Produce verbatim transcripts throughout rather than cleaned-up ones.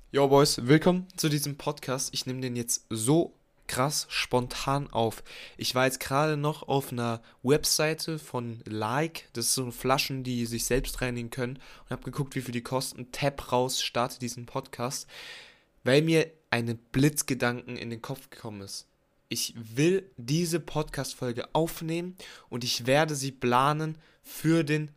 Yo Boys, willkommen zu diesem Podcast. Ich nehme den jetzt so krass spontan auf. Ich war jetzt gerade noch auf einer Webseite von Like, das ist so Flaschen, die sich selbst reinigen können, und habe geguckt, wie viel die kosten. Tap raus, starte diesen Podcast, weil mir eine Blitzgedanken in den Kopf gekommen ist. Ich will diese Podcast-Folge aufnehmen und ich werde sie planen für den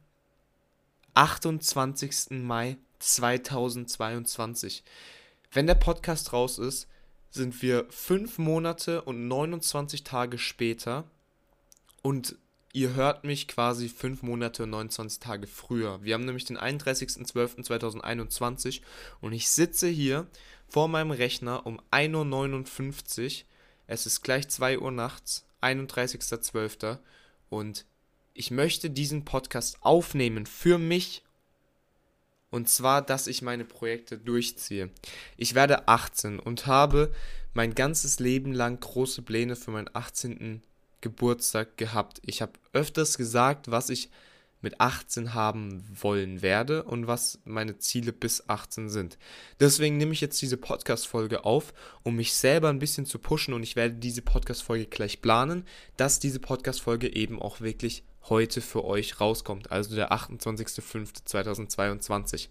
achtundzwanzigsten Mai zweitausendzweiundzwanzig. Wenn der Podcast raus ist, sind wir fünf Monate und neunundzwanzig Tage später und ihr hört mich quasi fünf Monate und neunundzwanzig Tage früher. Wir haben nämlich den einunddreißigsten zwölften zweitausendeinundzwanzig und ich sitze hier vor meinem Rechner um ein Uhr neunundfünfzig. Es ist gleich zwei Uhr nachts, einunddreißigster zwölfter und ich möchte diesen Podcast aufnehmen für mich. Und zwar, dass ich meine Projekte durchziehe. Ich werde achtzehn und habe mein ganzes Leben lang große Pläne für meinen achtzehnten Geburtstag gehabt. Ich habe öfters gesagt, was ich mit achtzehn haben wollen werde und was meine Ziele bis achtzehn sind. Deswegen nehme ich jetzt diese Podcast-Folge auf, um mich selber ein bisschen zu pushen, und ich werde diese Podcast-Folge gleich planen, dass diese Podcast-Folge eben auch wirklich heute für euch rauskommt, also der achtundzwanzigster fünfter zweitausendzweiundzwanzig.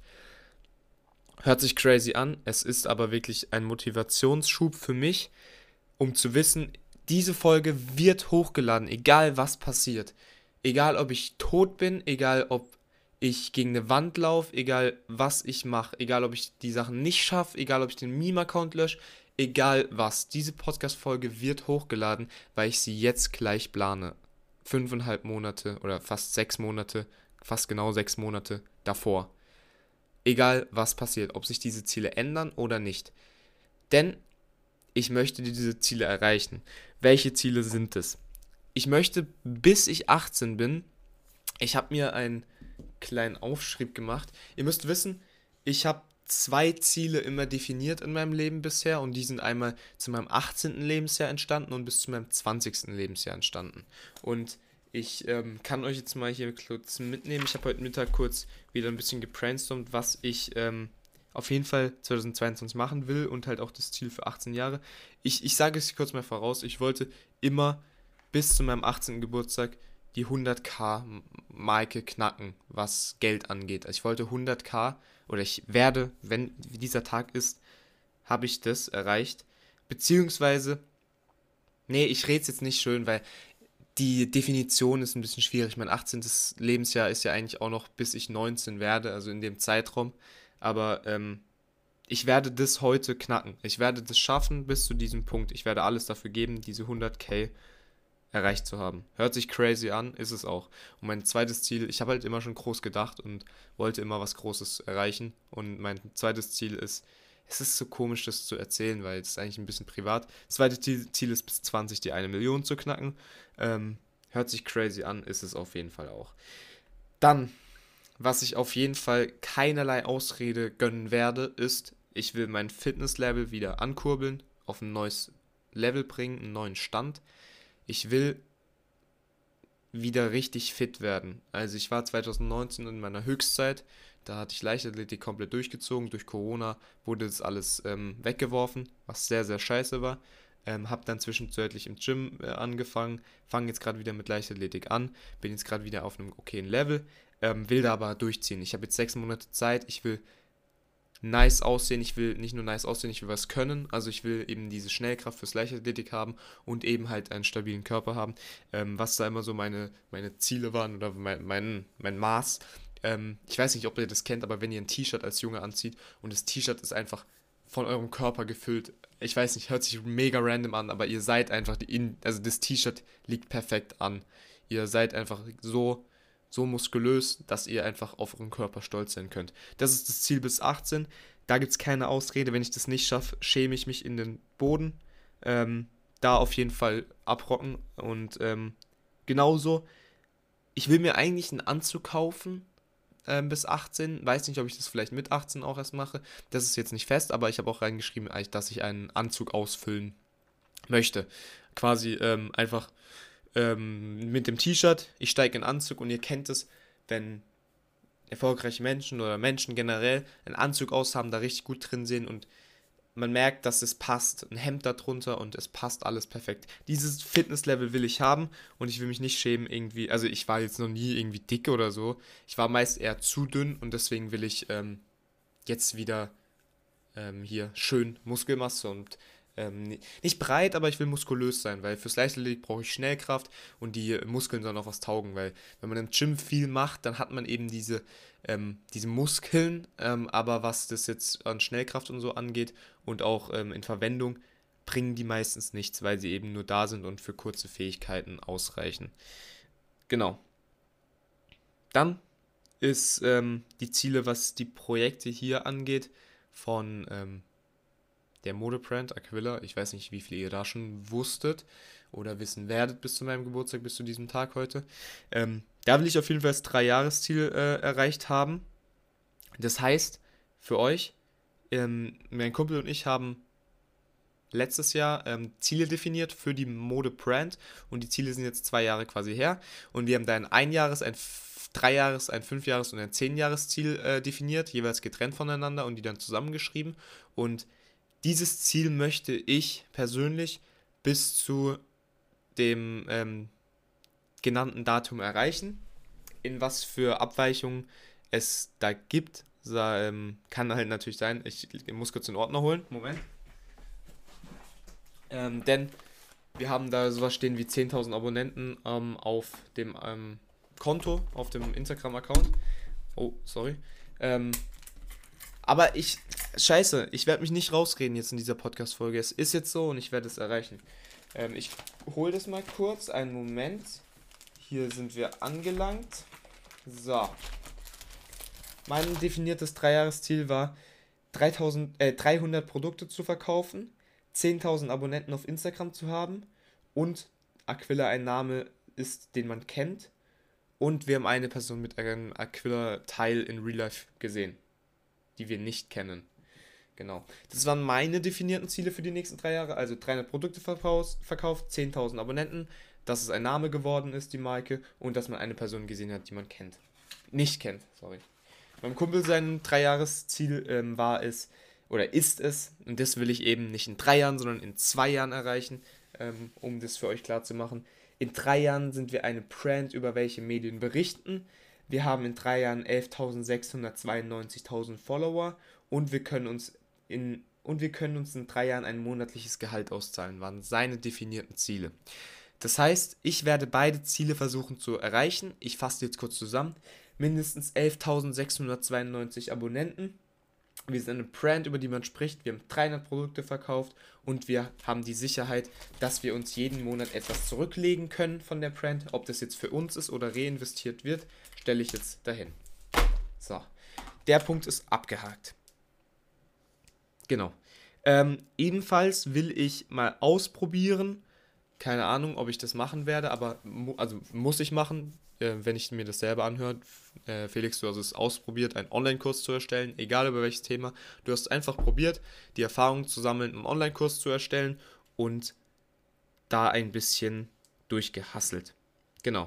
Hört sich crazy an, es ist aber wirklich ein Motivationsschub für mich, um zu wissen, diese Folge wird hochgeladen, egal was passiert. Egal ob ich tot bin, egal ob ich gegen eine Wand laufe, egal was ich mache, egal ob ich die Sachen nicht schaffe, egal ob ich den Meme-Account lösche, egal was. Diese Podcast-Folge wird hochgeladen, weil ich sie jetzt gleich plane. Fünfeinhalb Monate oder fast sechs Monate, fast genau sechs Monate davor. Egal was passiert, ob sich diese Ziele ändern oder nicht. Denn ich möchte diese Ziele erreichen. Welche Ziele sind es? Ich möchte, bis ich achtzehn bin, ich habe mir einen kleinen Aufschrieb gemacht. Ihr müsst wissen, ich habe zwei Ziele immer definiert in meinem Leben bisher, und die sind einmal zu meinem achtzehnten Lebensjahr entstanden und bis zu meinem zwanzigsten Lebensjahr entstanden. Und ich ähm, kann euch jetzt mal hier kurz mitnehmen. Ich habe heute Mittag kurz wieder ein bisschen gebrainstormt, was ich ähm, auf jeden Fall zweitausendzweiundzwanzig machen will, und halt auch das Ziel für achtzehn Jahre. Ich, ich sage es kurz mal voraus, ich wollte immer bis zu meinem achtzehnten Geburtstag die hundert k-Marke knacken, was Geld angeht. Also ich wollte hundert k, oder ich werde, wenn dieser Tag ist, habe ich das erreicht. Beziehungsweise, nee, ich rede es jetzt nicht schön, weil die Definition ist ein bisschen schwierig. Mein achtzehntes Lebensjahr ist ja eigentlich auch noch, bis ich neunzehn werde, also in dem Zeitraum. Aber ähm, ich werde das heute knacken. Ich werde das schaffen bis zu diesem Punkt. Ich werde alles dafür geben, diese hundert k erreicht zu haben. Hört sich crazy an, ist es auch. Und mein zweites Ziel, ich habe halt immer schon groß gedacht und wollte immer was Großes erreichen. Und mein zweites Ziel ist, es ist so komisch, das zu erzählen, weil es ist eigentlich ein bisschen privat. Das zweite Ziel ist, bis zwanzig die eine Million zu knacken. Ähm, hört sich crazy an, ist es auf jeden Fall auch. Dann, was ich auf jeden Fall keinerlei Ausrede gönnen werde, ist, ich will mein Fitnesslevel wieder ankurbeln, auf ein neues Level bringen, einen neuen Stand. Ich will wieder richtig fit werden. Also ich war zweitausendneunzehn in meiner Höchstzeit, da hatte ich Leichtathletik komplett durchgezogen. Durch Corona wurde das alles ähm, weggeworfen, was sehr, sehr scheiße war. Ähm, hab dann zwischenzeitlich im Gym äh, angefangen, fange jetzt gerade wieder mit Leichtathletik an, bin jetzt gerade wieder auf einem okayen Level, ähm, will da aber durchziehen. Ich habe jetzt sechs Monate Zeit, ich will nice aussehen, ich will nicht nur nice aussehen, ich will was können, also ich will eben diese Schnellkraft fürs Leichtathletik haben und eben halt einen stabilen Körper haben, ähm, was da immer so meine, meine Ziele waren oder mein, mein, mein Maß. Ähm, ich weiß nicht, ob ihr das kennt, aber wenn ihr ein T-Shirt als Junge anzieht und das T-Shirt ist einfach von eurem Körper gefüllt, ich weiß nicht, hört sich mega random an, aber ihr seid einfach, die in, also das T-Shirt liegt perfekt an. Ihr seid einfach so so muskulös, dass ihr einfach auf euren Körper stolz sein könnt. Das ist das Ziel bis achtzehn. Da gibt es keine Ausrede. Wenn ich das nicht schaffe, schäme ich mich in den Boden. Ähm, da auf jeden Fall abrocken. Und ähm, genauso, ich will mir eigentlich einen Anzug kaufen ähm, bis achtzehn. Weiß nicht, ob ich das vielleicht mit achtzehn auch erst mache. Das ist jetzt nicht fest, aber ich habe auch reingeschrieben, dass ich einen Anzug ausfüllen möchte. Quasi ähm, einfach ähm, mit dem T-Shirt, ich steige in den Anzug, und ihr kennt es, wenn erfolgreiche Menschen oder Menschen generell einen Anzug aushaben, da richtig gut drin sehen und man merkt, dass es passt. Ein Hemd darunter und es passt alles perfekt. Dieses Fitnesslevel will ich haben und ich will mich nicht schämen irgendwie. Also ich war jetzt noch nie irgendwie dick oder so. Ich war meist eher zu dünn und deswegen will ich ähm, jetzt wieder ähm, hier schön Muskelmasse und ähm, nicht breit, aber ich will muskulös sein, weil fürs Leichtathletik brauche ich Schnellkraft und die Muskeln sollen auch was taugen, weil wenn man im Gym viel macht, dann hat man eben diese, ähm, diese Muskeln, ähm, aber was das jetzt an Schnellkraft und so angeht und auch ähm, in Verwendung, bringen die meistens nichts, weil sie eben nur da sind und für kurze Fähigkeiten ausreichen. Genau. Dann ist ähm, die Ziele, was die Projekte hier angeht, von ähm, der Modebrand Aquila. Ich weiß nicht, wie viel ihr da schon wusstet oder wissen werdet bis zu meinem Geburtstag, bis zu diesem Tag heute. Ähm, da will ich auf jeden Fall das Drei-Jahres-Ziel äh, erreicht haben. Das heißt, für euch, ähm, mein Kumpel und ich haben letztes Jahr ähm, Ziele definiert für die Modebrand und die Ziele sind jetzt zwei Jahre quasi her und wir haben da ein Einjahres-, ein Dreijahres-, ein Fünfjahres- und ein Zehnjahres-Ziel äh, definiert, jeweils getrennt voneinander und die dann zusammengeschrieben und dieses Ziel möchte ich persönlich bis zu dem ähm, genannten Datum erreichen. In was für Abweichungen es da gibt, da, ähm, kann halt natürlich sein, ich, ich muss kurz den Ordner holen, Moment. Ähm, denn wir haben da sowas stehen wie zehntausend Abonnenten ähm, auf dem ähm, Konto, auf dem Instagram-Account. Oh, sorry. Ähm, aber ich, scheiße, ich werde mich nicht rausreden jetzt in dieser Podcast-Folge. Es ist jetzt so und ich werde es erreichen. Ähm, ich hole das mal kurz, einen Moment. Hier sind wir angelangt. So. Mein definiertes Dreijahresziel war, dreitausend, äh, dreihundert Produkte zu verkaufen, zehntausend Abonnenten auf Instagram zu haben und Aquila ein Name ist, den man kennt. Und wir haben eine Person mit einem Aquila-Teil in Real Life gesehen, die wir nicht kennen. Genau. Das waren meine definierten Ziele für die nächsten drei Jahre. Also dreihundert Produkte verkauft, zehntausend Abonnenten, dass es ein Name geworden ist, die Marke, und dass man eine Person gesehen hat, die man kennt. Nicht kennt, sorry. Meinem Kumpel sein Dreijahresziel ähm, war es, oder ist es, und das will ich eben nicht in drei Jahren, sondern in zwei Jahren erreichen, ähm, um das für euch klar zu machen. In drei Jahren sind wir eine Brand, über welche Medien berichten. Wir haben in drei Jahren elftausendsechshundertzweiundneunzigtausend Follower und wir können uns in und wir können uns in drei Jahren ein monatliches Gehalt auszahlen, waren seine definierten Ziele. Das heißt, ich werde beide Ziele versuchen zu erreichen. Ich fasse jetzt kurz zusammen. Mindestens elftausendsechshundertzweiundneunzig Abonnenten. Wir sind eine Brand, über die man spricht. Wir haben dreihundert Produkte verkauft und wir haben die Sicherheit, dass wir uns jeden Monat etwas zurücklegen können von der Brand. Ob das jetzt für uns ist oder reinvestiert wird, stelle ich jetzt dahin. So, der Punkt ist abgehakt. Genau. Ähm, ebenfalls will ich mal ausprobieren. Keine Ahnung, ob ich das machen werde, aber mu- also muss ich machen, äh, wenn ich mir das selber anhöre. Äh, Felix, du hast es ausprobiert, einen Online-Kurs zu erstellen, egal über welches Thema. Du hast einfach probiert, die Erfahrung zu sammeln, einen Online-Kurs zu erstellen und da ein bisschen durchgehasselt. Genau.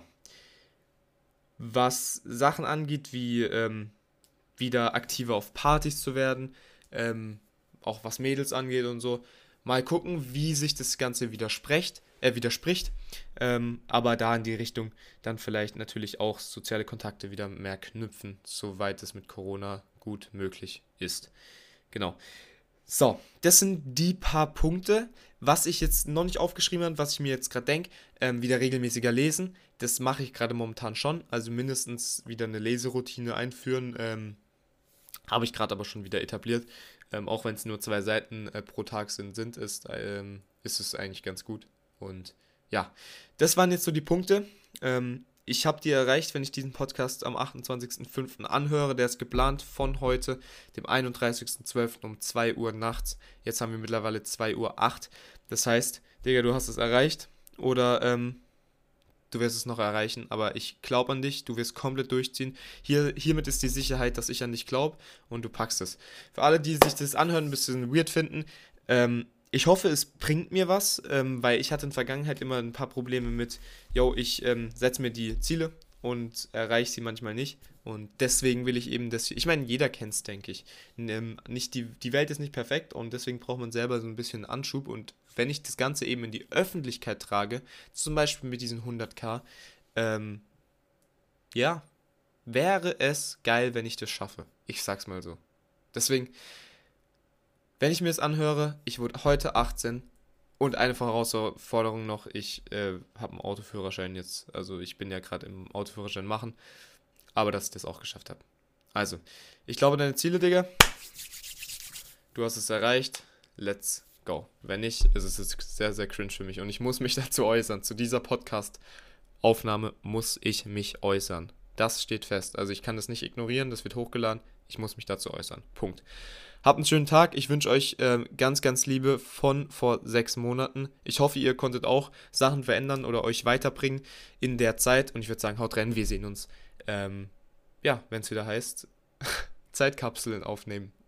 Was Sachen angeht, wie ähm, wieder aktiver auf Partys zu werden, ähm, auch was Mädels angeht und so. Mal gucken, wie sich das Ganze widerspricht, äh, widerspricht. Ähm, aber da in die Richtung dann vielleicht natürlich auch soziale Kontakte wieder mehr knüpfen, soweit es mit Corona gut möglich ist. Genau. So, das sind die paar Punkte. Was ich jetzt noch nicht aufgeschrieben habe, was ich mir jetzt gerade denke, ähm, wieder regelmäßiger lesen. Das mache ich gerade momentan schon. Also mindestens wieder eine Leseroutine einführen. Ähm, habe ich gerade aber schon wieder etabliert. Ähm, auch wenn es nur zwei Seiten äh, pro Tag sind, sind ist, ähm, ist es eigentlich ganz gut. Und ja, das waren jetzt so die Punkte. Ähm, ich habe die erreicht, wenn ich diesen Podcast am achtundzwanzigsten fünften anhöre. Der ist geplant von heute, dem einunddreißigsten zwölften um zwei Uhr nachts. Jetzt haben wir mittlerweile zwei Uhr acht. Das heißt, Digga, du hast es erreicht. Oder ähm, du wirst es noch erreichen, aber ich glaube an dich, du wirst komplett durchziehen. Hier, hiermit ist die Sicherheit, dass ich an dich glaube und du packst es. Für alle, die sich das anhören, ein bisschen weird finden, ähm, ich hoffe, es bringt mir was, ähm, weil ich hatte in der Vergangenheit immer ein paar Probleme mit, yo, ich ähm, setze mir die Ziele und erreiche sie manchmal nicht. Und deswegen will ich eben das, ich meine, jeder kennt es, denke ich. N- Nicht die, die Welt ist nicht perfekt und deswegen braucht man selber so ein bisschen Anschub. Und wenn ich das Ganze eben in die Öffentlichkeit trage, zum Beispiel mit diesen hundert K, ähm, ja, wäre es geil, wenn ich das schaffe. Ich sag's mal so. Deswegen, wenn ich mir das anhöre, ich wurde heute achtzehn und eine Herausforderung noch, ich äh, habe einen Autoführerschein jetzt, also ich bin ja gerade im Autoführerschein machen, aber dass ich das auch geschafft habe. Also, ich glaube deine Ziele, Digga, du hast es erreicht, let's go. Wenn nicht, ist es jetzt sehr, sehr cringe für mich und ich muss mich dazu äußern. Zu dieser Podcast-Aufnahme muss ich mich äußern. Das steht fest. Also ich kann das nicht ignorieren, das wird hochgeladen. Ich muss mich dazu äußern. Punkt. Habt einen schönen Tag. Ich wünsche euch äh, ganz, ganz Liebe von vor sechs Monaten. Ich hoffe, ihr konntet auch Sachen verändern oder euch weiterbringen in der Zeit. Und ich würde sagen, haut rein, wir sehen uns. Ähm, ja, wenn es wieder heißt, Zeitkapseln aufnehmen.